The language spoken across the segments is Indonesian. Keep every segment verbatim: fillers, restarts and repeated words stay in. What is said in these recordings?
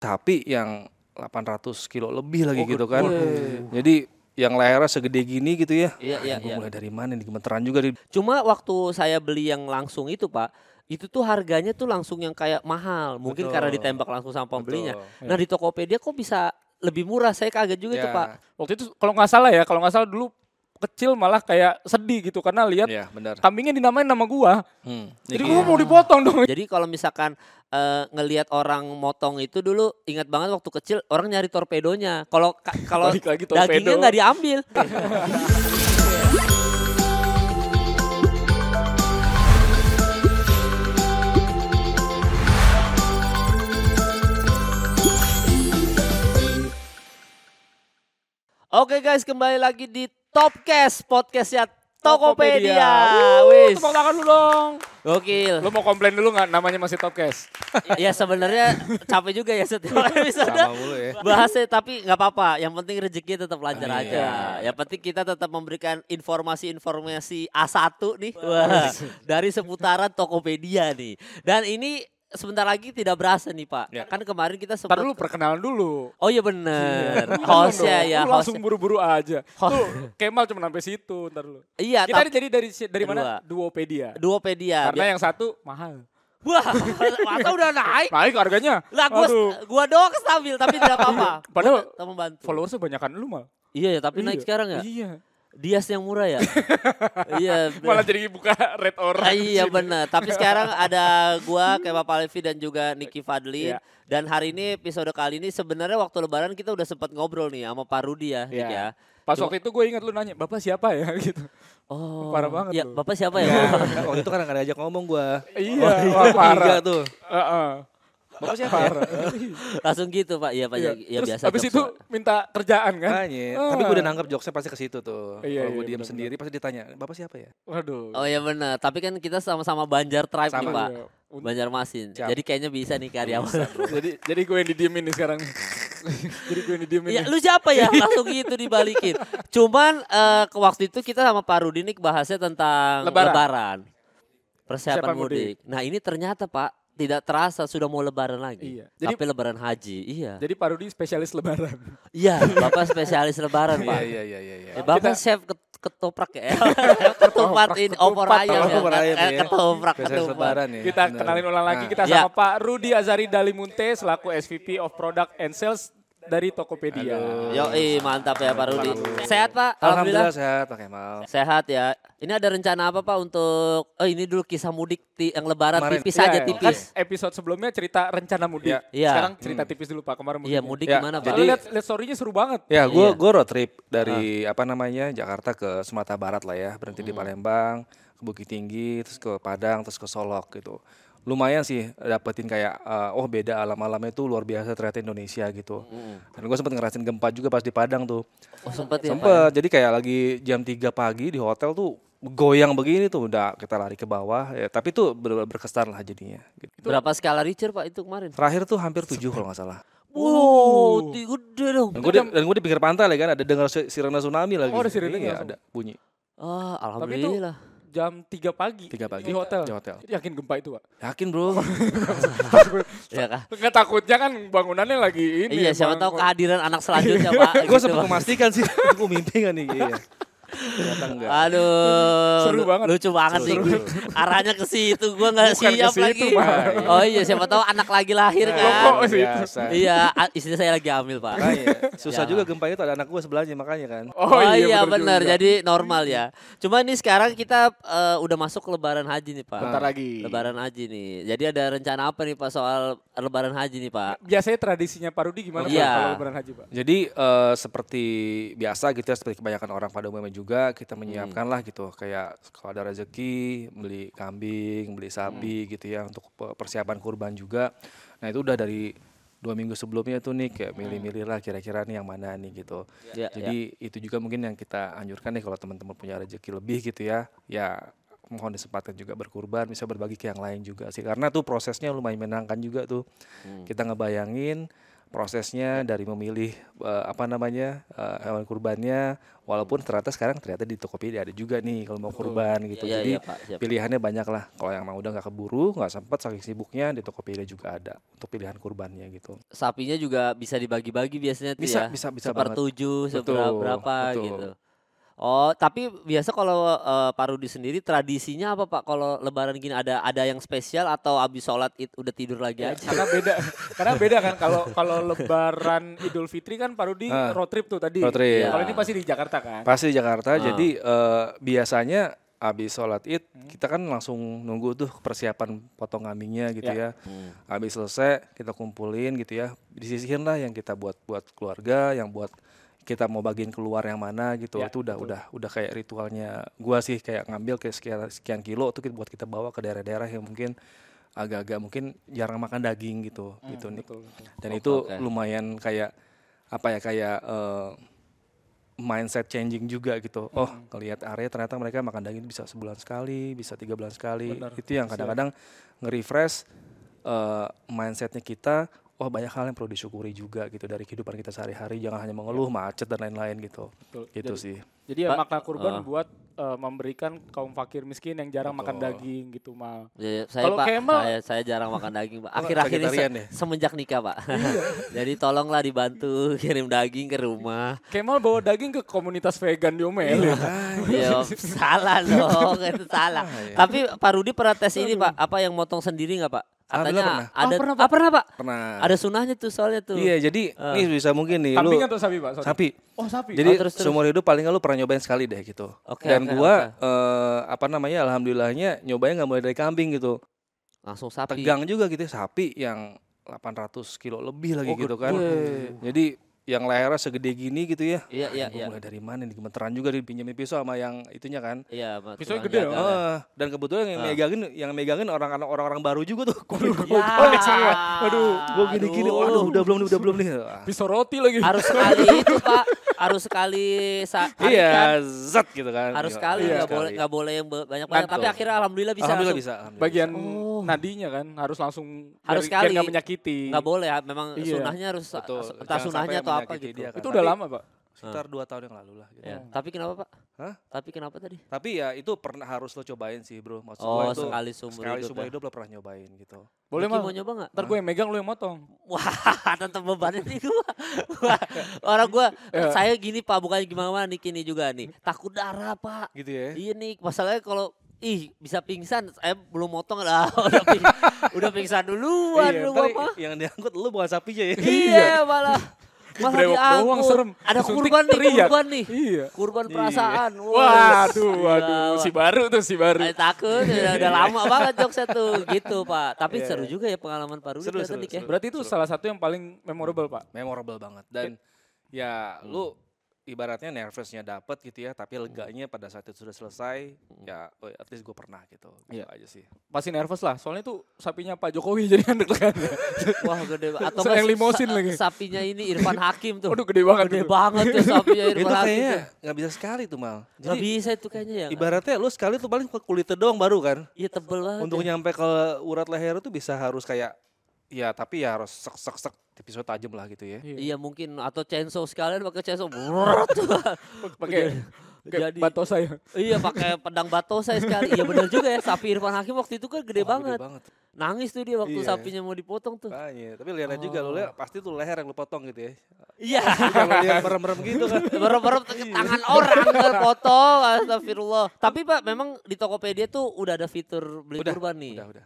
sapi yang delapan ratus kilo lebih lagi Oh, gitu gede. kan. Jadi yang lehernya segede gini gitu ya. Iya, iya, Gue iya. mulai dari mana nih, gemeteran juga di Cuma waktu saya beli yang langsung itu Pak, itu tuh harganya tuh langsung yang kayak mahal. Mungkin Betul. karena ditembak langsung sama pembelinya. Betul. Nah di Tokopedia kok bisa lebih murah? Saya kaget juga Ya. tuh Pak. Waktu itu kalau nggak salah ya, kalau nggak salah dulu kecil malah kayak sedih gitu karena lihat Iya, benar. kambingnya dinamain nama gua. Hmm. Jadi Niki gua ya. mau dipotong dong. Jadi kalau misalkan eh, ngelihat orang motong itu dulu, ingat banget waktu kecil orang nyari torpedonya. Kalau ka- kalau Balik lagi torpedo. dagingnya nggak diambil. Oke guys, kembali lagi di Topcast, podcastnya Tokopedia. Wis, Tepuk tangan dulu dong. gokil. Lu mau komplain dulu nggak namanya masih Topcast? Ya sebenarnya capek juga ya setiap episode Sama mulu ya. bahasnya, tapi nggak apa-apa. Yang penting rezeki tetap lancar Ah, aja. iya. Yang penting kita tetap memberikan informasi-informasi A satu nih, wah, dari seputaran Tokopedia nih. Dan ini sebentar lagi tidak berasa nih Pak. Ya. Kan kemarin kita Ntar sempat. dulu perkenalan dulu. Oh iya bener. Jangan Hostnya dong, ya. lu langsung Hostnya. buru-buru aja. Tuh Kemal cuma sampai situ ntar dulu. Iya. Kita tapi- jadi dari dari mana? Dua. Duopedia. Duopedia. Karena yang satu mahal. Wah, masa udah naik? Naik harganya. Lah gua Aduh. gua doang stabil tapi tidak apa-apa. Padahal Gua tetap membantu. followersnya banyakan lu mal. Iya ya, tapi naik Iya. sekarang ya. Iya. Dias yang murah ya. Iya. Malah jadi buka red Ah, orang. iya di sini. benar. Tapi sekarang ada gua kayak Bapak Levi dan juga Niki Fadlin. Iya. Dan hari ini episode kali ini sebenarnya waktu Lebaran kita udah sempat ngobrol nih sama Pak Rudi ya, Nik Iya. ya. Pas Cuma- waktu itu gue ingat lu nanya, Bapak siapa ya gitu. Oh. Parah banget Ya, tuh. Bapak siapa ya? Kan waktu itu kan gak diajak ngomong gua. Iya, wah, parah. Tiga tuh. Heeh. Bapak siapa ya? Langsung gitu Pak. Iya Pak. Iya. Ya, Terus biasa. abis jokes, itu Pak. minta kerjaan kan? Makanya. Ah. Tapi gue udah nangkep jokesnya pasti ke situ tuh. Iya, Kalau gue iya, diam benar-benar. sendiri pasti ditanya, Bapak siapa ya? Waduh. Oh iya benar. Tapi kan kita sama-sama Banjar Tribe nih Sama, Pak. Iya. Un- Banjarmasin. Siap. Jadi kayaknya bisa nih karyawan. jadi jadi gue yang didiemin nih sekarang. jadi gue yang didiemin. Ya nih. lu siapa ya? Langsung gitu dibalikin. Cuman eh, ke waktu itu kita sama Pak Rudi nih bahasnya tentang Lebaran. lebaran. Persiapan Persiapan mudik. mudik. Nah ini ternyata Pak tidak terasa sudah mau lebaran lagi. Iya. Jadi- Tapi lebaran haji. Iya. Jadi Pak Rudi spesialis lebaran. Iya, Bapak spesialis lebaran, Pak. Iya, iya, iya, iya. Eh, Bapak Kita- chef ket- ketoprak ya. Ketupat ini opor ketupat, ayam ya. opor ayam Eh, ya. Ketoprak, Spesialis ketupat. lebaran ya. Kita Benar. kenalin ulang lagi kita Iya. sama Pak Rudi Azari Dalimunte selaku S V P of Product and Sales dari Tokopedia. Yoi, mantap ya Pak Rudi. Mantap. Sehat Pak? Alhamdulillah Alhamdulillah. sehat Pak Kemal. Sehat ya. Ini ada rencana apa Pak untuk oh ini dulu kisah mudik ti- yang lebaran Kemarin. tipis Iya, aja iya. tipis. Kan episode sebelumnya cerita rencana mudik. Iya. Iya. Sekarang cerita tipis dulu Pak kemarin Iya mudiknya. mudik Ya, gimana Pak? Jadi Jadi- lihat lihat story-nya seru banget. Ya, gue Iya. gue road trip dari apa namanya Jakarta ke Sumatera Barat lah ya, berhenti di Palembang, ke Bukit Tinggi, terus ke Padang, terus ke Solok gitu. Lumayan sih dapetin kayak eh, oh beda alam-alamnya tuh luar biasa ternyata Indonesia gitu. Dan gue sempet ngerasain gempa juga pas di Padang tuh. Oh sempet ya Pak. Sempet, jadi kayak lagi jam tiga pagi di hotel tuh goyang begini tuh udah kita lari ke bawah ya, tapi tuh bener-bener berkesan lah jadinya. Gitu. Ya? Berapa skala Richter Pak itu kemarin? Terakhir tuh hampir tujuh kalau nggak salah. Wow, ti- gede dong. Dan gue di, dan gue di pinggir pantai lagi kan ada dengar si- sirena tsunami lagi. Oh, ada sirenanya Iya, langsung. ada bunyi. Oh, Tapi itu alhamdulillah. jam tiga pagi. Tiga pagi Di hotel. Di hotel. Yakin gempa itu Pak? Yakin bro. Iya kah? Nggak takutnya kan bangunannya lagi ini. Iya, siapa Bang. tahu kehadiran anak selanjutnya Pak. Gue gitu, sempat Pak. memastikan sih, gue mimpi gak nih? Iya. Ternyata enggak. Aduh, Seru lu- banget. lucu banget Seru, sih. seru. Arahnya ke situ, gua nggak Bukan ke siap situ, lagi. Pak. Oh iya, siapa tahu anak lagi lahir Loh, kan. kok situ? Biasa. Iya, a- istri saya lagi hamil Pak. Makanya, susah Ya. juga gempa itu ada anak gue sebelahnya makanya kan. Oh, iya bener benar, juga. jadi normal ya. Cuma ini sekarang kita eh, udah masuk ke Lebaran Haji nih Pak. Bentar lagi. Lebaran Haji nih. Jadi ada rencana apa nih Pak soal Lebaran Haji nih Pak? Biasanya tradisinya Pak Rudi gimana Pak Iya. kalau lebaran haji Pak? Jadi eh, seperti biasa gitu ya, seperti kebanyakan orang pada umumnya juga kita menyiapkan lah gitu. Kayak kalau ada rezeki beli kambing, beli sapi gitu ya untuk pe- persiapan kurban juga. Nah itu udah dari dua minggu sebelumnya tuh nih kayak milih-milih lah kira-kira nih yang mana nih gitu. Ya, Jadi itu juga mungkin yang kita anjurkan nih kalau teman-teman punya rezeki lebih gitu ya, ya mohon disempatkan juga berkurban, bisa berbagi ke yang lain juga sih. Karena tuh prosesnya lumayan menyenangkan juga tuh. Kita ngebayangin prosesnya dari memilih uh, apa namanya uh, hewan kurbannya, walaupun ternyata sekarang ternyata di Tokopedia ada juga nih kalau mau kurban gitu. Iya, Jadi iya, Pak, siap. pilihannya banyak lah. Kalau yang mau udah nggak keburu, nggak sempat saking sibuknya di Tokopedia juga ada untuk pilihan kurbannya gitu. Sapinya juga bisa dibagi-bagi biasanya tuh Bisa, ya. bisa, bisa Sepertujuh, banget. seberapa Betul, berapa betul. gitu. Oh, tapi biasa kalau eh, Pak Rudi sendiri tradisinya apa Pak? Kalau Lebaran gini ada ada yang spesial atau abis sholat id udah tidur lagi Ya, aja? karena beda karena beda kan kalau kalau Lebaran Idul Fitri kan Pak Rudi Ah, road trip tuh tadi. road trip. Kalau ini pasti di Jakarta kan. Pasti di Jakarta, Ah. jadi eh, biasanya habis sholat id kita kan langsung nunggu tuh persiapan potong kambingnya gitu ya. Hmm. Habis selesai kita kumpulin gitu ya, disisihin lah yang kita buat buat keluarga, yang buat kita mau bagiin keluar yang mana gitu. Ya, Itu udah betul. udah udah kayak ritualnya. Gua sih kayak ngambil kayak sekian sekian kilo tuh buat kita bawa ke daerah-daerah yang mungkin agak-agak mungkin jarang makan daging gitu Hmm, gitu nih. betul, betul. Dan Oke, itu oke. lumayan kayak apa ya kayak eh, mindset changing juga gitu. Oh, ngelihat area ternyata mereka makan daging bisa sebulan sekali, bisa tiga bulan sekali. Benar. Itu yang kadang-kadang nge-refresh eh, mindsetnya kita. Oh, banyak hal yang perlu disyukuri juga gitu dari kehidupan kita sehari-hari. Jangan hanya mengeluh, macet dan lain-lain gitu. Betul. Gitu Jadi- sih. Jadi ya Pak, makna kurban ah. buat eh, memberikan kaum fakir miskin yang jarang makan Betul. daging gitu mal. Ya, saya Kalau Pak, Kemal- saya, saya jarang makan daging Pak. Oh, Akhir-akhir ini vegetarian se- ya? semenjak nikah Pak. Jadi tolonglah dibantu kirim daging ke rumah. Kemal bawa daging ke komunitas vegan diomelin. Ya, salah dong, itu salah. iya. Tapi Pak Rudi pernah tes ini Pak, apa yang motong sendiri nggak Pak? Alhamdulillah Katanya pernah. ada, Ah, pernah, Pak? ah, pernah Pak? Pernah. Ada sunahnya tuh soalnya tuh. Iya, jadi Ah. nih bisa mungkin nih Kambing lu atau sapi Pak? Sorry. sapi. Oh sapi. Jadi Oh, terus, terus. seumur hidup paling nggak lu pernah nyobain sekali deh gitu. Oke, Dan oke, gua eh, apa namanya alhamdulillahnya nyobain nggak mulai dari kambing gitu. Langsung sapi. Tegang juga gitu ya, sapi yang delapan ratus kilo lebih lagi Oh, gitu gede. kan. Jadi yang lehernya segede gini gitu ya. Iya, iya, Gua iya. mulai dari mana nih, gemeteran juga dipinjemin pisau sama yang itunya kan. Iya, Pak, Pisaunya tukang gede jaga. dong. Eh, dan kebetulan yang Ah. megangin yang megangin orang-orang orang-orang baru juga tuh. Kulit Ya, kulit semua. aduh, Gue gini-gini, waduh udah belum nih, udah belum nih. Ah, Pisau roti lagi. Harus sekali itu Pak, harus sekali sa- tarikan. Iya, zat gitu kan. Harus Iya, sekali iya, nggak sekali. boleh nggak boleh yang be- banyak-banyak. Betul. Tapi akhirnya alhamdulillah bisa. Alhamdulillah langsung. bisa. alhamdulillah Bagian Oh. nadinya kan harus langsung Harus biar- biar sekali. nggak menyakiti. Nggak boleh ya, memang Iya. sunahnya harus Betul. entah Jangan sunahnya sampai atau apa menyakiti gitu. dia kan. Itu udah Tapi lama Pak. Sekitar dua tahun yang lalu lah. Gitu. Ya, tapi kenapa Pak? Hah? Tapi kenapa tadi? Tapi ya itu pernah harus lo cobain sih bro. Maksud Oh, gua itu sekali seumur sekali hidup seumur ya. hidup lo pernah nyobain gitu. Boleh Diki Mal. mau nyoba nggak? Ntar gue yang megang lu yang motong. Wah, tetap bebannya nih gua. Wah, orang gua, Ya. saya gini Pak, bukan gimana nih kini juga nih. Takut darah Pak. Gitu ya. Iya nih, masalahnya kalau ih bisa pingsan, saya belum motong lah, udah, ping, udah pingsan duluan Iya, lu ntar Bapak. yang diangkut lo bukan sapinya ya. Iya malah. Malah Brewok doang diangkut. serem. Ada Disuntik kurban nih, teriak. kurban nih. Iya. Kurban Iya. perasaan. Waduh, Iya, waduh, si baru tuh si baru. Saya takut, udah, udah lama banget jokesnya tuh, gitu Pak. Tapi Iya. seru juga ya pengalaman Pak Rudi Seru, ternyata, seru, Dik, ya. seru. Berarti itu salah satu yang paling memorable Pak. Memorable banget. Dan ya lu ibaratnya nervousnya dapet gitu ya. Tapi leganya pada saat itu sudah selesai. Ya oh, at least gue pernah gitu. Gitu Iya. aja sih. Pasti nervous lah. Soalnya itu sapinya Pak Jokowi jadi kan deg-degan. Wah gede banget. Atau Yang nggak limosin sa- lagi. Sapinya ini Irfan Hakim tuh. Waduh gede banget. Gede itu. banget tuh sapinya Itu Irfan Hakim kayaknya tuh. nggak bisa sekali tuh mal. Gak Jadi bisa itu kayaknya ya. ibaratnya lu sekali tuh paling kulitnya doang baru kan. Iya tebel banget. Untuk ya. nyampe ke urat leher itu bisa harus kayak ya tapi ya harus sek sek sek pisau tajam lah gitu ya. Iya mungkin atau chainsaw sekalian pakai chainsaw. Brrrt, tuh. Pakai kayak Jadi bato saya. iya pakai pedang bato saya sekali. Iya benar juga ya. Sapi Irfan Hakim waktu itu kan gede Wah, banget. Gede banget. Nangis tuh dia waktu Iya. sapinya mau dipotong tuh. Makanya, tapi lihat juga Oh. lu lihat pasti tuh leher yang lu potong gitu ya. Iya. Kalau lihat merem-merem gitu kan. Berem-berem tangan orang terpotong. Astagfirullah. Tapi Pak memang di Tokopedia tuh udah ada fitur beli Udah, kurban nih. Udah, udah.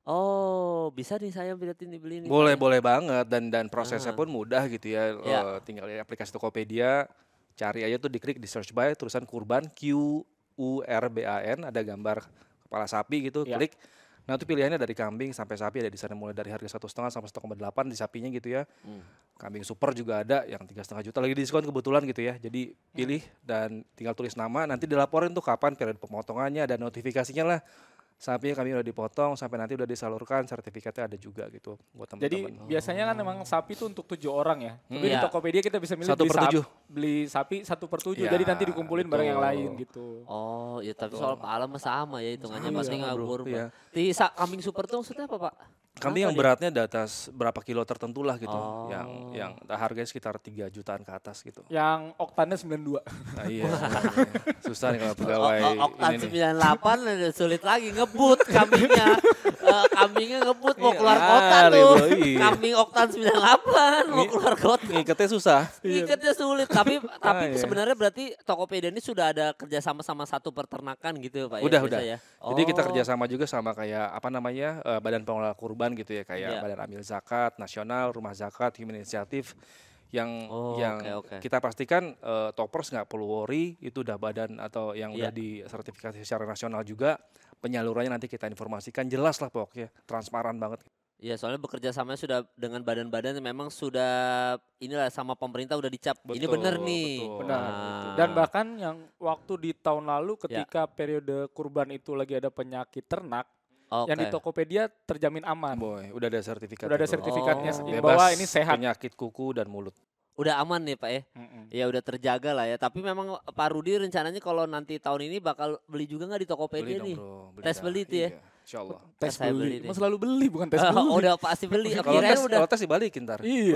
Oh bisa nih saya berarti nih beli nih. Boleh, Pak, ya? boleh banget dan dan prosesnya Ah. pun mudah gitu ya. Ya. Eh, tinggal di aplikasi Tokopedia, cari aja tuh diklik di search by tulisan kurban Q U R B A N ada gambar kepala sapi gitu, Ya. klik. Nah itu pilihannya dari kambing sampai sapi ada di sana mulai dari harga satu setengah sampai satu koma delapan di sapinya gitu ya. Hmm. Kambing super juga ada yang tiga setengah juta lagi diskon kebetulan gitu ya. Jadi pilih dan tinggal tulis nama nanti dilaporin tuh kapan periode pemotongannya ada notifikasinya lah. Sapinya kami udah dipotong sampai nanti udah disalurkan sertifikatnya ada juga gitu buat Jadi teman-teman. biasanya kan memang sapi itu untuk tujuh orang ya. Tapi di Iya. Tokopedia kita bisa milih Satu beli, per sapi, tujuh. beli sapi satu per tujuh. Ya, Jadi nanti dikumpulin bareng yang betul. lain gitu. Oh ya tapi soal pahala mah sama ya hitungannya Sama, pasti sama, ngabur bro. Pak. Iya. Di sa- kambing super tuh maksudnya apa Pak? Kambing yang Kenapa dia? beratnya di atas berapa kilo tertentu lah gitu, Oh. yang yang harganya sekitar tiga jutaan ke atas gitu. Yang oktannya sembilan puluh dua. Nah iya, susah nih kalau O- pegawai o- Oktan ini nih. sembilan puluh delapan ada sulit lagi ngebut kambingnya. Eh, kambingnya ngebut mau Iya, keluar kota lari, tuh. bro, iya. Kambing oktan sembilan puluh delapan mau keluar kota. Ngiketnya susah. Ngiketnya sulit, tapi tapi iya. sebenarnya berarti Tokopedia ini sudah ada kerjasama sama satu peternakan gitu ya Pak? ya, Udah, biasa udah. ya? Jadi kita Oh. kerjasama juga sama kayak apa namanya eh, Badan Pengelola Kurban gitu ya, kayak Iya. Badan Amil Zakat Nasional, Rumah Zakat, Human Initiative yang Oh, yang oke, oke. kita pastikan eh, toppers nggak perlu worry, itu udah badan atau yang udah Iya. disertifikasi secara nasional juga, penyalurannya nanti kita informasikan jelas lah pokoknya, transparan banget. Iya, soalnya bekerja sama sudah dengan badan-badan yang memang sudah inilah sama pemerintah udah dicap ini Betul, bener nih. betul. Benar. Nah. Dan bahkan yang waktu di tahun lalu Ya. ketika periode kurban itu lagi ada penyakit ternak, yang di Oke. Tokopedia terjamin aman. Boy, udah ada sertifikat. Udah ada itu. sertifikatnya Oh. bahwa Bebas ini sehat. penyakit kuku dan mulut. Udah aman nih Pak ya. Mm-mm. Ya udah terjaga lah ya. Tapi memang Pak Rudi rencananya kalau nanti tahun ini bakal beli juga nggak di Tokopedia Beli dong nih? bro. Tes dah. beli itu ya? Iya, Insya Allah. Tes Saya beli beli. nih. Mas selalu beli bukan tes Oh, beli. udah pasti beli. Kalau Kirain tes, udah kalau tes dibalikin ntar. Iya.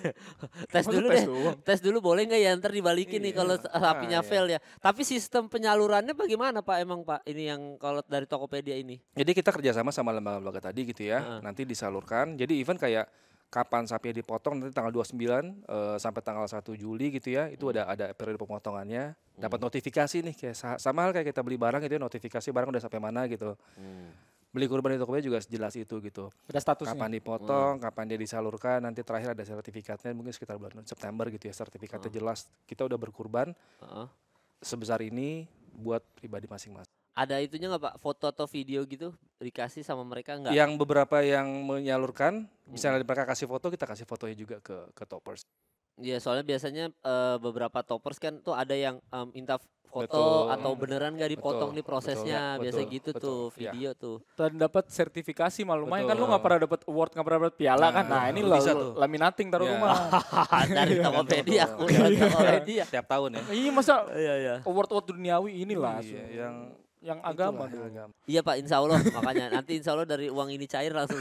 tes Masa dulu tes deh. doang? Tes dulu boleh nggak ya ntar dibalikin nih Iya. kalau sapinya Ah, iya. fail ya. Tapi sistem penyalurannya bagaimana Pak emang Pak? Ini yang kalau dari Tokopedia ini. Jadi kita kerjasama sama lembaga-lembaga tadi gitu ya, Heeh. nanti disalurkan. Jadi event kayak kapan sapinya dipotong nanti tanggal dua puluh sembilan eh, sampai tanggal satu Juli gitu ya, itu ada ada periode pemotongannya. Dapat notifikasi nih kayak sa- sama hal kayak kita beli barang gitu ya, notifikasi barang udah sampai mana gitu. Beli kurban di Tokopedia juga sejelas itu gitu. Ada statusnya. Kapan dipotong, kapan dia disalurkan, nanti terakhir ada sertifikatnya mungkin sekitar bulan September gitu ya, sertifikatnya jelas kita udah berkurban Heeh. sebesar ini buat pribadi masing-masing. Ada itunya nggak Pak? Foto atau video gitu dikasih sama mereka nggak? Yang beberapa yang menyalurkan, misalnya mereka kasih foto, kita kasih fotonya juga ke ke toppers. Iya, soalnya biasanya eh, beberapa toppers kan tuh ada yang em, minta foto Betul. atau beneran nggak dipotong Betul, nih prosesnya, betul, biasa betul, gitu betul, tuh iya. video tuh. Dan dapat sertifikasi malah lumayan kan lu Betul. nggak pernah dapat award, nggak pernah dapat piala kan. Nah, Nah, ini bisa lah tuh. laminating taruh Ya. rumah. Dari Tokopedia, aku Iya. dari Tokopedia. Setiap tahun ya. Iya, masa Iya, iya. award-award duniawi inilah Iya, yang yang agama itulah, dong. yang agama. Iya Pak, insya Allah makanya nanti insya Allah dari uang ini cair langsung.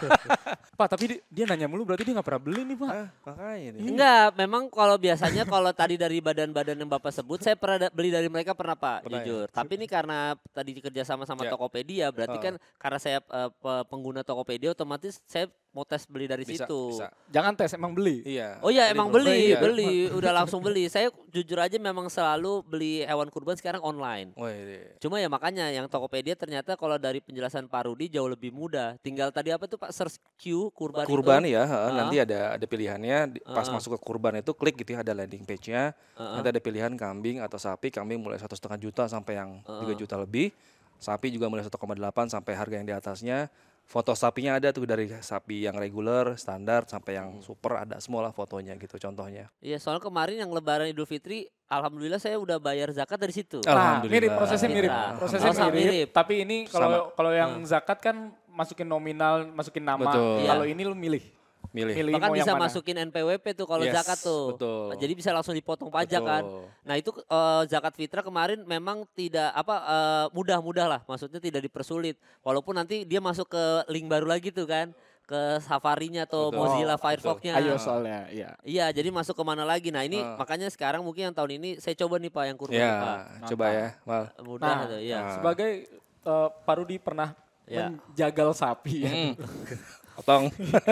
Pak, tapi dia, dia nanya mulu berarti dia nggak pernah beli nih, Pak. Ah, makanya nih. Enggak, memang kalau biasanya kalau tadi dari badan-badan yang Bapak sebut, saya pernah da- beli dari mereka pernah Pak, Pernah ya? jujur. Tapi ini karena tadi kerja sama sama Ya. Tokopedia, berarti Oh. kan karena saya eh, pe- pengguna Tokopedia, otomatis saya mau tes beli dari Bisa, situ. bisa. Jangan tes, emang beli. Iya. Oh iya Jadi emang bro. beli, Iya. beli, udah langsung beli. Saya jujur aja memang selalu beli hewan kurban sekarang online. Wah, iya. Cuma ya makanya yang Tokopedia ternyata kalau dari penjelasan Pak Rudi jauh lebih mudah. Tinggal tadi apa tuh Pak, search Q kurban, Kurban itu. ya, heeh, Ah. nanti ada ada pilihannya di- pas Ah. masuk ke kurban itu klik gitu ya, ada landing page-nya. Heeh. Nanti ada pilihan kambing atau sapi, kambing mulai satu setengah juta sampai yang Ah. tiga juta lebih. Sapi juga mulai satu koma delapan sampai harga yang di atasnya. Foto sapinya ada tuh dari sapi yang reguler, standar sampai yang super, ada semua lah fotonya gitu contohnya. Iya, soalnya kemarin yang Lebaran Idul Fitri, alhamdulillah saya udah bayar zakat dari situ. Oh. Nah, Alhamdulillah. mirip, prosesnya mirip. Nah, Prosesnya oh, sama mirip, mirip. Tapi ini kalau kalau yang Hmm. zakat kan masukin nominal, masukin nama. Betul. Iya. Kalau ini lu milih. Milih. Milih Bahkan mau bisa yang mana. masukin N P W P tuh kalau Yes, zakat tuh. betul. Jadi bisa langsung dipotong pajak kan. Betul. Nah itu eh, zakat fitrah kemarin memang tidak apa eh, mudah-mudah lah, maksudnya tidak dipersulit. Walaupun nanti dia masuk ke link baru lagi tuh kan, ke Safari-nya atau Betul. Mozilla Oh, Firefox-nya. Ayo soalnya, iya. Iya, jadi masuk ke mana lagi? Nah ini Ah. makanya sekarang mungkin yang tahun ini saya coba nih Pak yang kurban Ya, Pak. coba ya, Mal. Mudah Nah, tuh, ya. nah. Sebagai eh, Pak Rudi pernah Ya. menjagal sapi. ya. Hmm. Potong.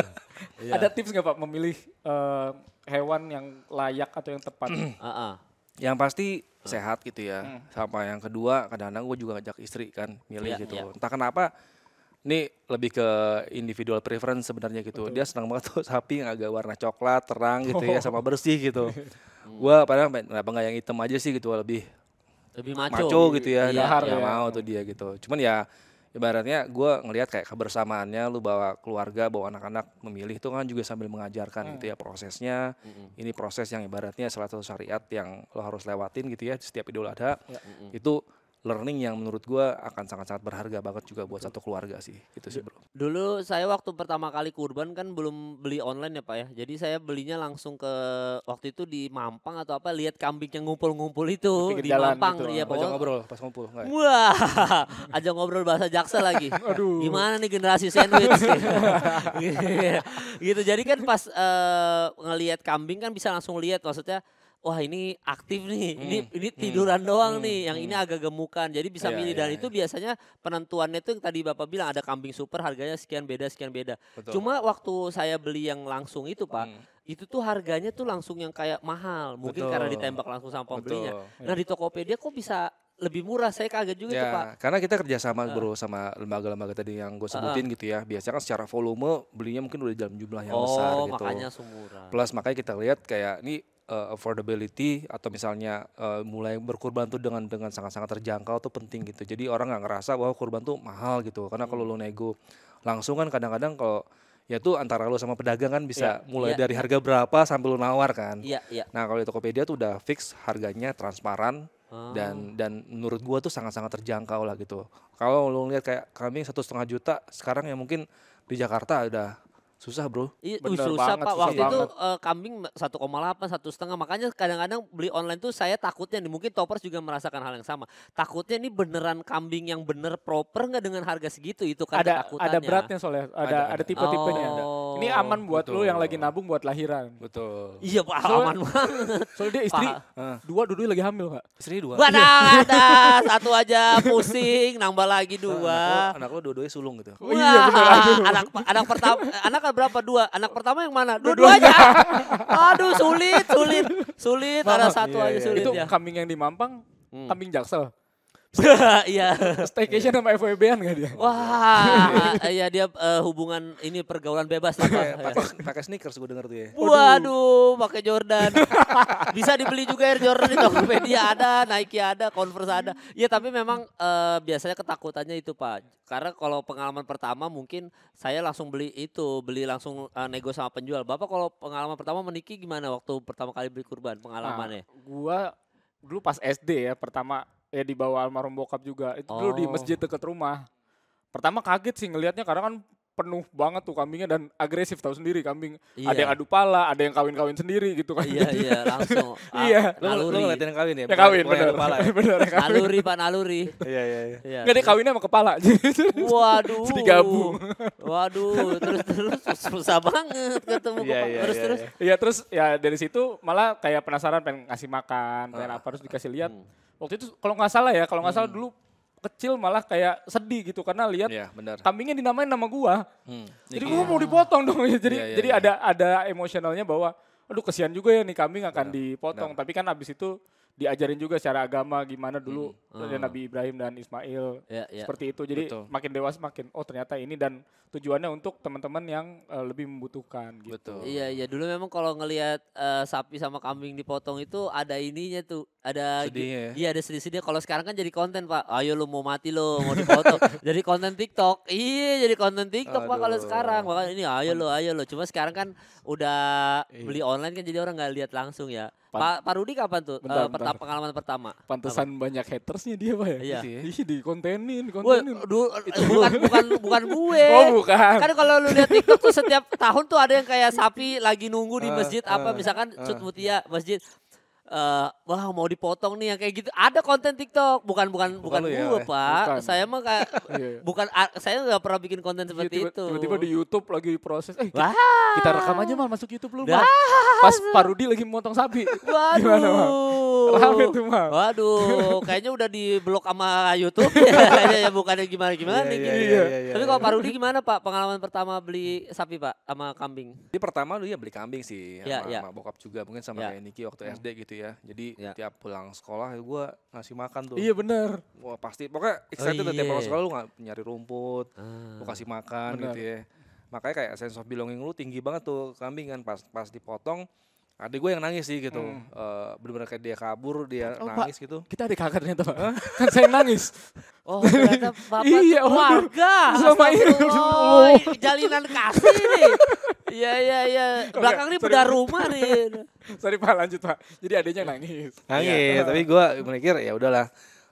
Iya. Ada tips nggak Pak memilih eh, hewan yang layak atau yang tepat? Heeh. Yang pasti sehat gitu ya. Sama yang kedua, kadang-kadang gue juga ngajak istri kan milih Iya, gitu. iya. Entah kenapa, ini lebih ke individual preference sebenarnya gitu. Dia senang banget tuh sapi yang agak warna coklat, terang gitu ya, sama bersih gitu. Gua padahal kenapa nggak yang hitam aja sih gitu, lebih Lebih maco. maco gitu ya. Iya, Nah, iya. nggak mau tuh dia gitu. Cuman ya ibaratnya gue ngelihat kayak kebersamaannya, lu bawa keluarga, bawa anak-anak memilih itu kan juga sambil mengajarkan gitu ya prosesnya. Ini proses yang ibaratnya salah satu syariat yang lo harus lewatin gitu ya setiap Idul Adha. Itu learning yang menurut gua akan sangat-sangat berharga banget juga buat satu keluarga sih. Gitu sih, Bro. Dulu saya waktu pertama kali kurban kan belum beli online ya Pak ya. Jadi saya belinya langsung ke waktu itu di Mampang atau apa lihat kambing yang ngumpul-ngumpul itu Pinggir di jalan Mampang. gitu. Iya Ajak pokoknya. ngobrol pas ngumpul enggak ya? Wah, aja ngobrol bahasa Jaksel lagi. Aduh. Gimana nih generasi sandwich? Gitu. Jadi kan pas eh, ngelihat kambing kan bisa langsung lihat maksudnya wah ini aktif nih, Hmm, ini ini hmm, tiduran doang hmm, nih, yang hmm. ini agak gemukan. Jadi bisa Iya, milih iya, dan iya. itu biasanya penentuannya tuh yang tadi Bapak bilang ada kambing super harganya sekian beda sekian beda. Betul. Cuma waktu saya beli yang langsung itu Pak, Hmm. itu tuh harganya tuh langsung yang kayak mahal. Mungkin Betul. karena ditembak langsung sama pembelinya. Betul. Nah di Tokopedia kok bisa lebih murah? Saya kaget juga tuh Pak. Ya, karena kita kerjasama bro sama lembaga-lembaga tadi yang gue sebutin gitu ya. Biasanya kan secara volume belinya mungkin udah dalam jumlah yang besar Oh gitu. makanya sumurah. Plus makanya kita lihat kayak ini uh, affordability atau misalnya uh, mulai berkurban tuh dengan dengan sangat-sangat terjangkau tuh penting gitu. Jadi orang nggak ngerasa bahwa kurban tuh mahal gitu. Karena kalau lo nego langsung kan kadang-kadang kalau ya tuh antara lo sama pedagang kan bisa mulai iya, dari harga berapa sampai lo nawar kan. Iya iya. Nah kalau di Tokopedia tuh udah fix harganya transparan. Ah. dan dan menurut gua tuh sangat-sangat terjangkau lah gitu. Kalau lu lihat kayak kambing satu setengah juta sekarang ya mungkin di Jakarta udah susah bro. Iya, Bener uh, susah banget, Pak. susah Waktu itu banget. eh, kambing satu koma delapan, satu setengah. Makanya kadang-kadang beli online tuh saya takutnya nih, mungkin Toppers juga merasakan hal yang sama. Takutnya ini beneran kambing yang bener proper nggak dengan harga segitu itu kan Ada ketakutannya. ada beratnya soalnya, ada Ada, ada ada. tipe-tipenya. Oh. Ini aman buat lu Betul. yang lagi nabung buat lahiran. Betul. Iya Pak, Soalnya- aman banget. Soalnya dia istri Pak. Ah. dua duduk lagi hamil, Kak. Istri dua. Wadah, ada satu aja pusing, nambah lagi Anak dua. lo, anak lo dua-duanya sulung gitu. Oh iya, bener, Wah, aduh. anak anak pertama anak kan berapa dua? Anak pertama yang mana? Dua-duanya. Aduh sulit, sulit, sulit. Ada satu Iya, aja iya. sulit Itu ya. kambing yang di Mampang, Hmm. kambing Jaksel. Iya. Staycation sama F W B-an gak dia? Wah, iya dia eh, hubungan ini pergaulan bebas lah Pak. Kayak Ya. pakai pakai sneakers gue denger tuh ya. Waduh, pakai Jordan. Bisa dibeli juga Air Jordan di Tokopedia ada, Nike ada, Converse ada. Ya tapi memang eh, biasanya ketakutannya itu Pak. Karena kalau pengalaman pertama mungkin saya langsung beli itu, beli langsung eh, nego sama penjual. Bapak kalau pengalaman pertama meniki gimana waktu pertama kali beli kurban pengalamannya? Nah, gua dulu pas S D ya, pertama ya dibawa almarhum bokap juga. Itu dulu di Oh. masjid dekat rumah. Pertama kaget sih ngelihatnya karena kan penuh banget tuh kambingnya dan agresif, tahu sendiri kambing. Iya. Ada yang adu pala, ada yang kawin-kawin sendiri gitu kan. Iya iya langsung. ah, Iya. Lo, lo Naluri. ngeliatin yang kawin ya? Yang Bukan- kawin bukan yang bener. kepala ya? Bener yang kawin. Naluri Pak naluri. Iya iya iya. Iya. Enggak, dia kawinnya sama kepala. Waduh. Digabung. Waduh, terus terus susah banget ketemu Iya, Bapak. iya, terus iya, terus. iya. Iya, terus ya dari situ malah kayak penasaran pengen ngasih makan, pengen Ah. apa, harus dikasih lihat. Hmm. Waktu itu kalau nggak salah ya, kalau nggak salah dulu kecil malah kayak sedih gitu karena lihat Iya benar. kambingnya dinamain nama gua. Hmm. Jadi Niki. gua mau dipotong dong. Jadi Iya, iya, jadi iya. ada ada emosionalnya bahwa aduh kesian juga ya nih kambing akan Benar, dipotong. Tapi kan abis itu diajarin juga secara agama gimana dulu Hmm. ada Nabi Ibrahim dan Ismail Ya, ya. seperti itu. Jadi Betul. makin dewasa makin oh ternyata ini dan tujuannya untuk teman-teman yang eh, lebih membutuhkan gitu. Betul. Iya iya dulu memang kalau ngelihat eh, sapi sama kambing dipotong itu ada ininya tuh, ada Sedihnya ya? Iya ada sedih-sedih. Kalau sekarang kan jadi konten Pak. Ayo lu mau mati lo, mau dipotong. Jadi konten TikTok. Iya jadi konten TikTok Pak kalau Aduh. sekarang. Makanya ini ayo lo, ayo lo. Cuma sekarang kan udah Iya. beli online kan jadi orang nggak lihat langsung ya. Pan- Pak Pak Rudi kapan tuh? Bentar, Eh, pertama bentar. pengalaman pertama. Pantesan banyak hatersnya dia Pak ya. Iya. Gitu ya? Ih, dikontenin, Woi, kontenin. du- bukan bukan bukan gue. Oh bukan. Kan kalau lu lihat TikTok tuh setiap tahun tuh ada yang kayak sapi lagi nunggu di Ah, masjid apa ah, misalkan ah. Sut Mutia masjid eh wah mau dipotong nih yang kayak gitu. Ada konten TikTok, bukan bukan bukan lu ya, gue, eh? Pak. Bukan. Saya mah kayak Iya. bukan a- saya nggak pernah bikin konten Iya, seperti tiba- itu. Tiba-tiba di YouTube lagi proses. Eh, Wah. kita rekam aja mal masuk YouTube lu Dah. mal. Pas Pak Rudi lagi memotong sapi. Waduh. Gimana, Mal? Rame tuh mal. Waduh, kayaknya udah di blok sama YouTube ya, kayaknya ya bukannya gimana-gimana Iya, nih. iya, gitu. iya, iya, Tapi iya. kalau Pak Rudi gimana Pak pengalaman pertama beli sapi Pak sama kambing? Jadi pertama dulu ya beli kambing sih Iya, sama, iya. sama bokap juga mungkin sama Iya. kayak Niki waktu S D gitu ya. Jadi Iya. tiap pulang sekolah ya gue ngasih makan tuh. Iya bener. Wah pasti pokoknya excited Oh, tuh tiap iya. pulang sekolah lu nggak nyari rumput, Ah. lu kasih makan Benar. gitu ya. Makanya kayak sense of belonging lu tinggi banget tuh kambing kan pas pas dipotong. Adik gue yang nangis sih gitu. Hmm. Eh, bener-bener kayak dia kabur, dia Oh, nangis gitu. Kita ada kakak ternyata Pak. Kan saya nangis. Oh ternyata bapak Iya, tuh waduh. keluarga. Sama ini. Astagfirullah, jalinan kasih nih. Iya iya iya. Belakang ini sorry. bedah rumah nih. Sorry Pak lanjut Pak. Jadi adanya nangis. Nangis, Iya. tapi gue mikir ya udahlah.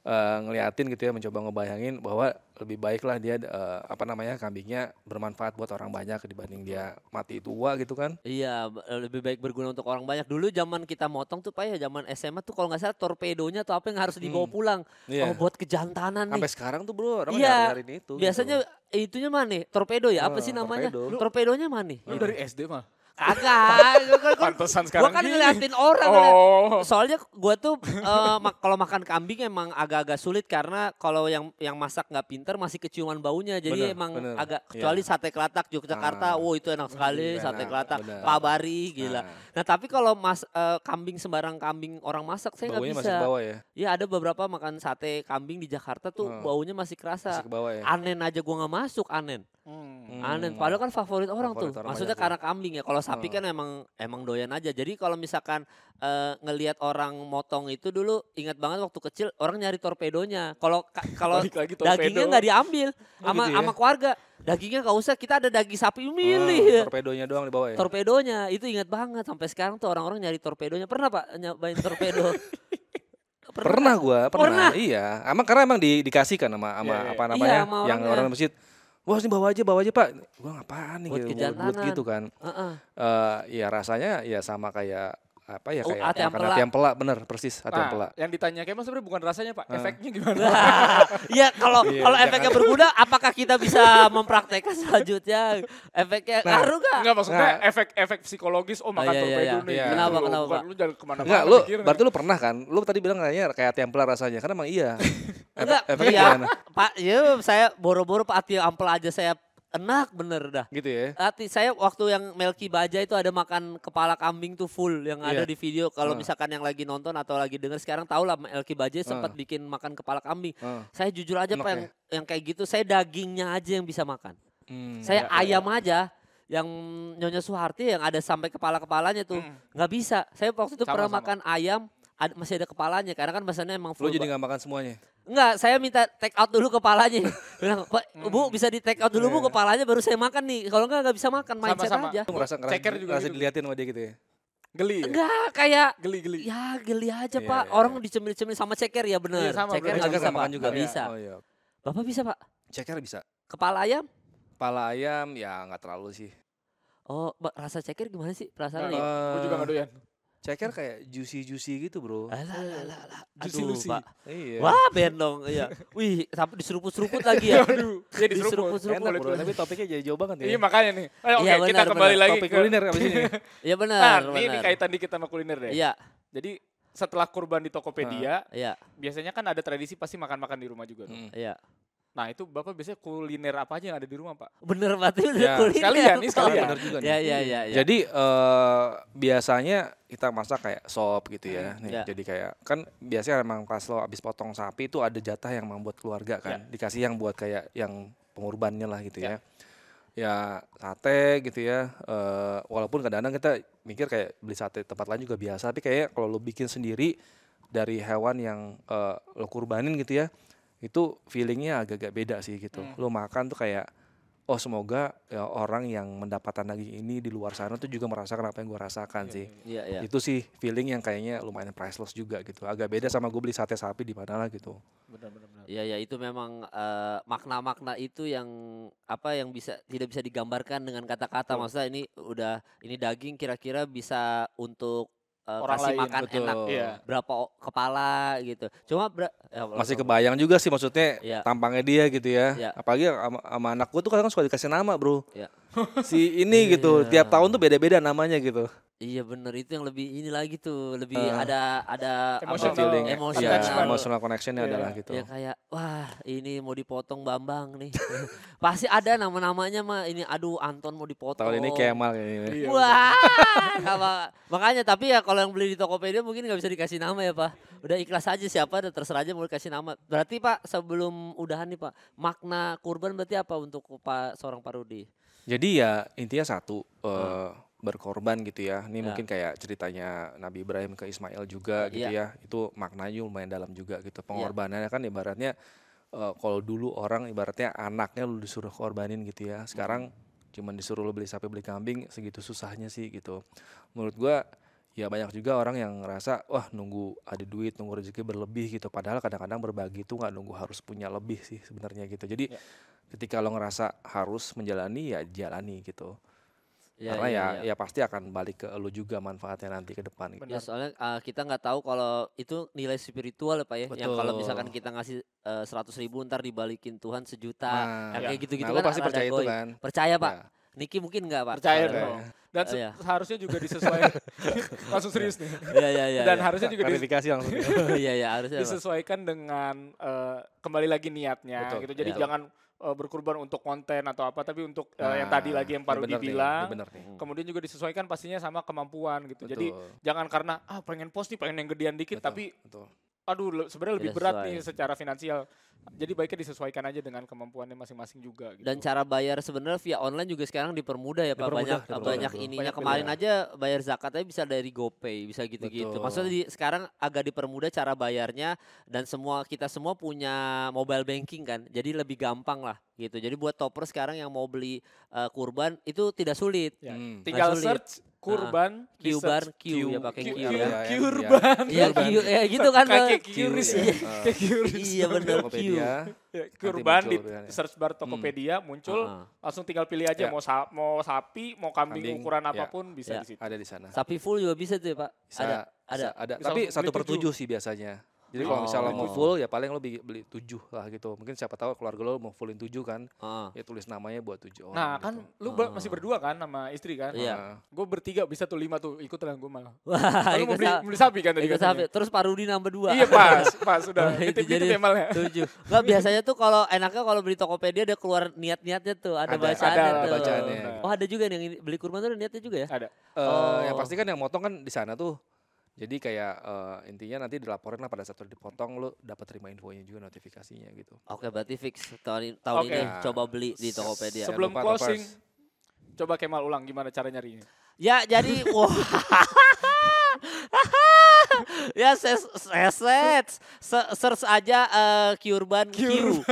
uh, ngeliatin gitu ya, mencoba ngebayangin bahwa lebih baiklah dia uh, apa namanya kambingnya bermanfaat buat orang banyak dibanding dia mati tua gitu kan. Iya, b- lebih baik berguna untuk orang banyak. Dulu zaman kita motong tuh Pak ya, zaman S M A tuh kalau nggak salah torpedonya atau apa yang harus dibawa Hmm. pulang. Iya. Oh, buat kejantanan nih. Sampai sekarang tuh bro orang Iya, nyari-nyariin itu. biasanya itunya mana nih? Torpedo ya? Apa Eh, sih namanya? torpedo. Torpedonya mana nih? Lu dari S D mah. Kagak, gua kan, Pantesan gua sekarang kan gini. ngeliatin orang. ngeliat- Oh. Soalnya gua tuh eh, mak- kalau makan kambing emang agak-agak sulit karena kalau yang yang masak nggak pinter masih keciuman baunya. Jadi Bener, emang bener. agak Iya. kecuali sate kelatak Yogyakarta, Ah. wow itu enak sekali Enak, sate kelatak. bener. Pak Bari gila. Nah, Nah tapi kalau mas eh, kambing sembarang kambing orang masak saya nggak baunya bisa. masih ke bawah ya. Iya ada beberapa makan sate kambing di Jakarta tuh Hmm. baunya masih kerasa. Masih ke bawah ya. Anen aja gua nggak masuk anen. Hmm. Anen, Hmm. padahal kan favorit orang Favorit tuh. orang Maksudnya banyak karena kambing ya. Kalau sapi Hmm. kan emang emang doyan aja. Jadi kalau misalkan eh, ngelihat orang motong itu dulu, ingat banget waktu kecil orang nyari torpedonya. Kalau ka- kalau Balik lagi torpedo. dagingnya nggak diambil Oh, sama gitu ya? sama keluarga. Dagingnya nggak usah. Kita ada daging sapi Ah, milih. torpedonya doang di bawah ya. Torpedonya itu ingat banget. Sampai sekarang tuh orang-orang nyari torpedonya. Pernah Pak nyobain torpedo? Pernah gua, pernah. Pernah? Iya, emang karena emang di, dikasihkan sama sama Iya, iya. apa Iya, namanya sama yang orangnya. orang masjid. Wah, ini bawa aja, bawa aja, Pak. Gua ngapaan nih Buat gitu, buat, kejantanan. buat gitu kan. Heeh. Eh ya rasanya ya sama kayak apa ya Oh, kayak ati makan ampela. ati ampela, bener persis ati Nah, ampela. yang ditanya kayak mas sebenarnya bukan rasanya Pak, Ah. efeknya gimana? Iya kalau Iya, kalau jangan. efeknya berguna, apakah kita bisa mempraktekkan selanjutnya? Efeknya Nah, ngaruh gak? Enggak maksudnya Nggak. efek-efek psikologis, oh makan iya, iya, torpedo iya. nih. Iya. gitu. Kenapa, kenapa, Bukan Pak? lu jangan kemana-mana Enggak, lu mikirnya. berarti lu pernah kan? Lu tadi bilang katanya kayak ati ampela rasanya, karena emang iya. Enggak, efeknya iya, gimana? Pak, ya saya boro-boro Pak Ati ampel aja saya enak bener dah. Gitu ya. Hati saya waktu yang Melki Baja itu ada makan kepala kambing tuh full yang ada Iya. di video. Kalau Ah. misalkan yang lagi nonton atau lagi denger sekarang tahu lah Melki Baja sempat Ah. bikin makan kepala kambing. Heeh. Saya jujur aja Enak Pak yang, yang kayak gitu saya dagingnya aja yang bisa makan. Hmm. Saya ya, ya, ayam aja yang Nyonya Suharti yang ada sampai kepala-kepalanya tuh Hmm. nggak bisa. Saya waktu itu Sama, pernah sama. makan ayam ad- masih ada kepalanya karena kan biasanya emang Lu full. jadi Pak. nggak makan semuanya. Enggak, saya minta take out dulu kepalanya. Bilang, Pak, Bu bisa di take out dulu Bu Iya. kepalanya baru saya makan nih. Kalau enggak nggak bisa makan, mindset Sama-sama. aja. Lu ngerasa ngerasa, Ceker juga ngerasa gitu. diliatin sama dia gitu ya. Geli ya? Enggak, kayak Geli-geli. ya geli aja Iya, Pak. iya, Orang iya. dicemil-cemil sama ceker ya bener. Iya, sama, ceker bener. nggak Ceker bisa nggak Pak, makan juga. nggak bisa. Oh iya. Bapak bisa Pak? Ceker bisa. Kepala ayam? Pala ayam ya nggak terlalu sih. Oh, Mbak, rasa ceker gimana sih perasaannya? Nah, ya? Gue juga gak doyan. Ceker kayak juicy-juicy gitu, Bro. Alah, alah, alah, alah. Juicy Aduh, Lucy. Pak. Iya. Wah, bendong. Iya. Wih, sampai diseruput-seruput lagi ya. Aduh, ya diseruput. Diseruput-seruput. Enak, Bro. Tapi topiknya jadi jauh banget ya. Iya makanya nih. Ayo, Oke Iya, kita benar, kembali benar. lagi Topik ke kuliner abis ini. Iya benar, Nah, ini, ini benar. kaitan dikit sama kuliner deh. Iya, Jadi setelah kurban di Tokopedia, iya, biasanya kan ada tradisi pasti makan-makan di rumah juga tuh. Hmm. iya. Nah itu Bapak biasanya kuliner apa aja yang ada di rumah Pak? Bener berarti udah Ya, kuliner. sekalian, ini sekalian. Bener juga nih. Ya, ya, ya, ya. Jadi eh, biasanya kita masak kayak sop gitu ya. Nih, Ya. Jadi kayak kan biasanya emang pas lo abis potong sapi itu ada jatah yang membuat keluarga kan. Dikasih yang buat kayak yang pengorbannya lah gitu ya. Ya sate gitu ya. eh, walaupun kadang-kadang kita mikir kayak beli sate tempat lain juga biasa. Tapi kayak kalau lo bikin sendiri dari hewan yang eh, lo kurbanin gitu ya. Itu feelingnya agak-agak beda sih gitu. Lo makan tuh kayak oh semoga ya, orang yang mendapatkan daging ini di luar sana tuh juga merasakan apa yang gue rasakan sih. Iya, iya. Itu sih feeling yang kayaknya lumayan priceless juga gitu. Agak beda sama gue beli sate sapi di mana lah gitu. Benar-benar. Iya, ya itu memang eh, makna-makna itu yang apa yang bisa tidak bisa digambarkan dengan kata-kata. Maksudnya ini udah ini daging kira-kira bisa untuk eh, Orang kasih lain, makan betul. enak Iya. berapa o- kepala gitu. Cuma ber- ya, Masih walaupun- kebayang juga sih maksudnya Iya. tampangnya dia gitu ya. Iya. Apalagi sama, sama anak gue tuh kadang suka dikasih nama bro. Iya. Si ini gitu. Tiap tahun tuh beda-beda namanya gitu. Iya bener itu yang lebih ini lagi tuh lebih Eh. ada ada apa, Emotional feeling emosional. ya, emotional connectionnya Iya. adalah gitu. Ya kayak wah ini mau dipotong Bambang nih. Pasti ada nama-namanya mah ini aduh Anton mau dipotong. Tahun ini Kemal ini. Iya, Wah, sama- makanya tapi ya kalau yang beli di Tokopedia mungkin nggak bisa dikasih nama ya Pak. Udah ikhlas aja siapa ada terserah aja mau dikasih nama. Berarti Pak sebelum udahan nih Pak, makna kurban berarti apa untuk Pak seorang Pak Rudi? Jadi ya intinya satu eh, berkorban gitu ya. Ini Ya. mungkin kayak ceritanya Nabi Ibrahim ke Ismail juga gitu Iya. ya. Itu maknanya lumayan dalam juga gitu. Pengorbanannya kan ibaratnya eh, kalau dulu orang ibaratnya anaknya lu disuruh korbanin gitu ya. Sekarang cuman disuruh lu beli sapi beli kambing segitu susahnya sih gitu. Menurut gua ya banyak juga orang yang ngerasa wah nunggu ada duit, nunggu rezeki berlebih gitu. Padahal kadang-kadang berbagi itu nggak nunggu harus punya lebih sih sebenarnya gitu. Jadi Ya. ketika lo ngerasa harus menjalani ya jalani gitu. Ya, Karena ya, ya ya. ya pasti akan balik ke lo juga manfaatnya nanti ke depan gitu. Ya soalnya uh, kita nggak tahu kalau itu nilai spiritual ya Pak ya. Yang kalau Betul. misalkan kita ngasih uh, seratus ribu ntar dibalikin Tuhan sejuta. Nah, yang ya. kayak gitu-gitu nah, lo kan pasti rada percaya itu goib. kan. Percaya Pak? Ya. Niki mungkin nggak Pak? Percaya Kalau- dong. Dan se- Iya. seharusnya juga disesuaikan. Langsung serius nih. Iya iya iya. Dan iya. harusnya juga dis- Klarifikasi langsung. Iya iya harusnya Pak. disesuaikan dengan eh, kembali lagi niatnya Betul, gitu. Jadi betul. jangan eh, berkorban untuk konten atau apa, tapi untuk eh, yang Nah, tadi lagi yang ini Parudi bener nih, ini bilang. bener nih. Kemudian juga disesuaikan pastinya sama kemampuan gitu. Jadi Betul. jangan karena ah pengen post nih, pengen yang gedean dikit, Betul, tapi betul. aduh le- sebenarnya lebih Tidak berat sesuai. nih secara finansial. Jadi baiknya disesuaikan aja dengan kemampuannya masing-masing juga gitu. Dan cara bayar sebenarnya via online juga sekarang dipermudah ya Pak. Dipermudah, Banyak dipermudah, banyak betul. ininya. Banyak Kemarin pilihan. aja bayar zakatnya bisa dari GoPay, bisa gitu-gitu. Betul. Maksudnya di, sekarang agak dipermudah cara bayarnya dan semua kita semua punya mobile banking kan. Jadi lebih gampang lah gitu. Jadi buat topper sekarang yang mau beli uh, kurban itu tidak sulit. Ya, Hmm. tinggal Nggak sulit. search kurban, di Q-bar, search Q, ya pakai Q- Q, Q- ya. Kurban. Iya, Q, ya gitu kan. Kayak Pak. kayak Qris ya. Iya. Kayak Qris. Iya bener Q. Tokopedia. Ya, kurban di muncul pilihannya. search bar Tokopedia muncul, Ah, ah. langsung tinggal pilih aja Ya. mau sa- mau sapi, mau kambing, Kambing, ukuran ya. apapun bisa Ya. di situ. Ada di sana. Sapi full juga bisa tuh ya Pak. Bisa, Ada, bisa, ada. ada. Bisa Tapi beli satu per tujuh. tujuh sih biasanya. Jadi Oh. kalau misalnya mau Beli full ya paling lo bi- beli tujuh lah gitu. Mungkin siapa tahu keluarga lo mau fullin tujuh kan. Ah. Ya tulis namanya buat tujuh orang. Nah kan gitu. lu ber- Ah. masih berdua kan sama istri kan? Iya. Nah, Gue bertiga bisa tuh lima tuh ikut lah gue malah. Wah, Lu mau ikut beli, sa- beli sapi kan tadi ikut katanya? sapi. Terus Pak Rudi nambah dua. Iya pas, pas sudah. Wah, itu Titip jadi titip emal ya. tujuh. Enggak biasanya tuh kalau enaknya kalau beli Tokopedia ada keluar niat-niatnya tuh, ada, Ada, bacaannya ada tuh. bacaannya. Oh, ada juga yang ini- beli kurban tuh ada niatnya juga ya? Ada. eh, Oh. yang pasti kan yang motong kan di sana tuh. Jadi kayak eh, intinya nanti dilaporin lah pada saat udah dipotong lo dapat terima infonya juga notifikasinya gitu. Oke, berarti fix tahun, ini- tahun Oke. ini coba beli di Tokopedia. Jangan Sebelum lupa closing, toppers. coba Kemal ulang gimana cara nyarinya. Ya, jadi wah. Ya ses seset Se- search aja eh, kurban Q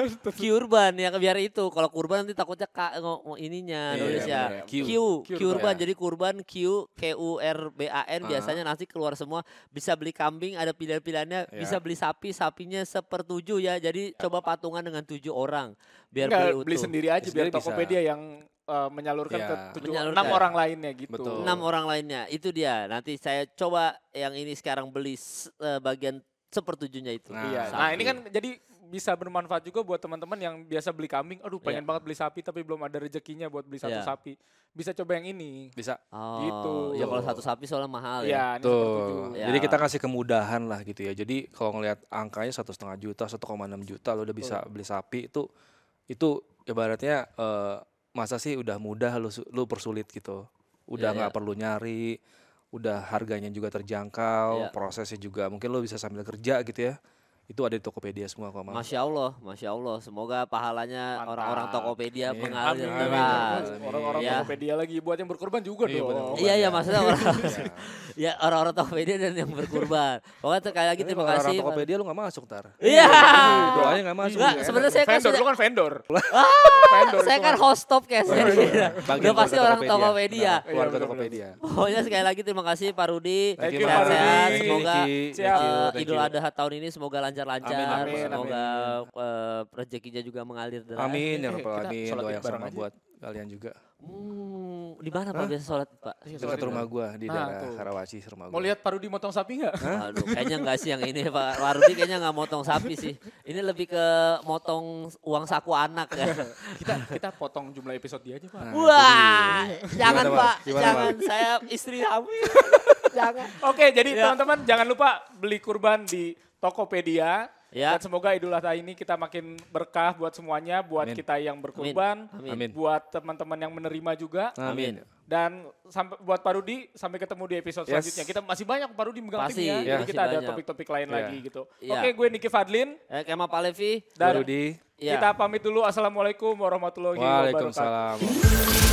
kurban ya biar itu kalau kurban nanti takutnya ka, ngo- ngo- ininya Iya, nulis ya bener. Q, Q. kurban Ya. jadi kurban Q Q U R B A N Ah. biasanya nanti keluar semua bisa beli kambing ada pilihan-pilihannya Ya. bisa beli sapi sapinya sepertujuh ya jadi coba patungan dengan tujuh orang biar Enggak, beli utuh beli sendiri aja Sendiri biar bisa. Tokopedia yang eh, menyalurkan Ya. ke tujuh Menyalurkan. enam orang lainnya gitu. Betul. enam orang lainnya itu dia nanti saya coba yang ini sekarang beli s- eh, bagian sepertujuhnya itu Nah, Iya. Sapi. Nah, ini kan jadi bisa bermanfaat juga buat teman-teman yang biasa beli kambing. Aduh, pengen Iya. banget beli sapi tapi belum ada rezekinya buat beli satu Iya. sapi. Bisa coba yang ini. Bisa. Oh, Gitu. ya kalau satu sapi soalnya mahal ya. Iya, ini sepertujuh. Tuh. Ya. Jadi kita kasih kemudahan lah gitu ya. Jadi kalau ngelihat angkanya satu setengah juta, satu koma enam juta lo udah bisa beli sapi itu itu ibaratnya eh, masa sih udah mudah lu su- lu persulit gitu. Udah Iya, nggak iya. perlu nyari, udah harganya juga terjangkau, Iya. prosesnya juga mungkin lo bisa sambil kerja gitu ya. Itu ada di Tokopedia semua kok, Mal. Masya Allah, Masya Allah. Semoga pahalanya Mantap. orang-orang Tokopedia Amin. mengalir Amin. deras. Amin. Orang-orang Ya. Tokopedia lagi buat yang berkorban juga Iya, dong. bener. Iya, iya Ya. maksudnya orang Ya. ya orang-orang Tokopedia dan yang berkurban. Pokoknya sekali lagi Tapi terima kalau orang kasih. Tokopedia lu gak masuk tar. Iya. Doanya gak masuk. Enggak, ya. sebenarnya saya kan Vendor, sudah lu kan vendor. Ah, vendor saya itu kan kan. host top kayak saya. Bagian Udah pasti keluarga orang Tokopedia. Benar, Keluarga Iya, bener, Tokopedia. Pokoknya sekali lagi terima kasih Pak Rudi. Thank you, Sehat-sehat. Pak Rudi. Semoga Thank you, Siap. thank you, eh, thank Idul you. Adha tahun ini semoga lancar-lancar. Amin, amin, Semoga amin. eh, rezekinya juga mengalir deras. Amin ya Eh, rabbal kita alamin. sholat Doa id yang bareng sama aja. buat kalian juga. Hmm, di mana Pak biasa sholat Pak? Iya, Dekat sholat rumah id. gua di Nah, daerah tuh. Karawaci, rumah gua. Mau lihat Pak Rudi motong sapi nggak? Aduh, kayaknya enggak sih yang ini Pak. Pak Rudi kayaknya enggak motong sapi sih. Ini lebih ke motong uang saku anak ya. kita kita potong jumlah episode dia aja, Pak. Nah, Wah, jadi- jangan Gimana, Pak, Pak? Gimana, jangan saya istri hamil. Jangan. Oke, jadi Ya. teman-teman jangan lupa beli kurban di Tokopedia. Ya. Dan semoga Idul Adha ini kita makin berkah buat semuanya, buat Amin. kita yang berkurban, Amin. Amin. buat teman-teman yang menerima juga. Amin. Dan sampai buat Pak Rudi sampai ketemu di episode Yes. selanjutnya. Kita masih banyak Pak Rudi megang Pasti, tim ya. ya. Jadi masih kita ada banyak. topik-topik lain Ya. lagi gitu. Ya. Oke, gue Niki Fadlin Eh, Kemal Palevi. Gua dan Rudi. Ya. kita pamit dulu. Assalamualaikum warahmatullahi wabarakatuh. Waalaikumsalam.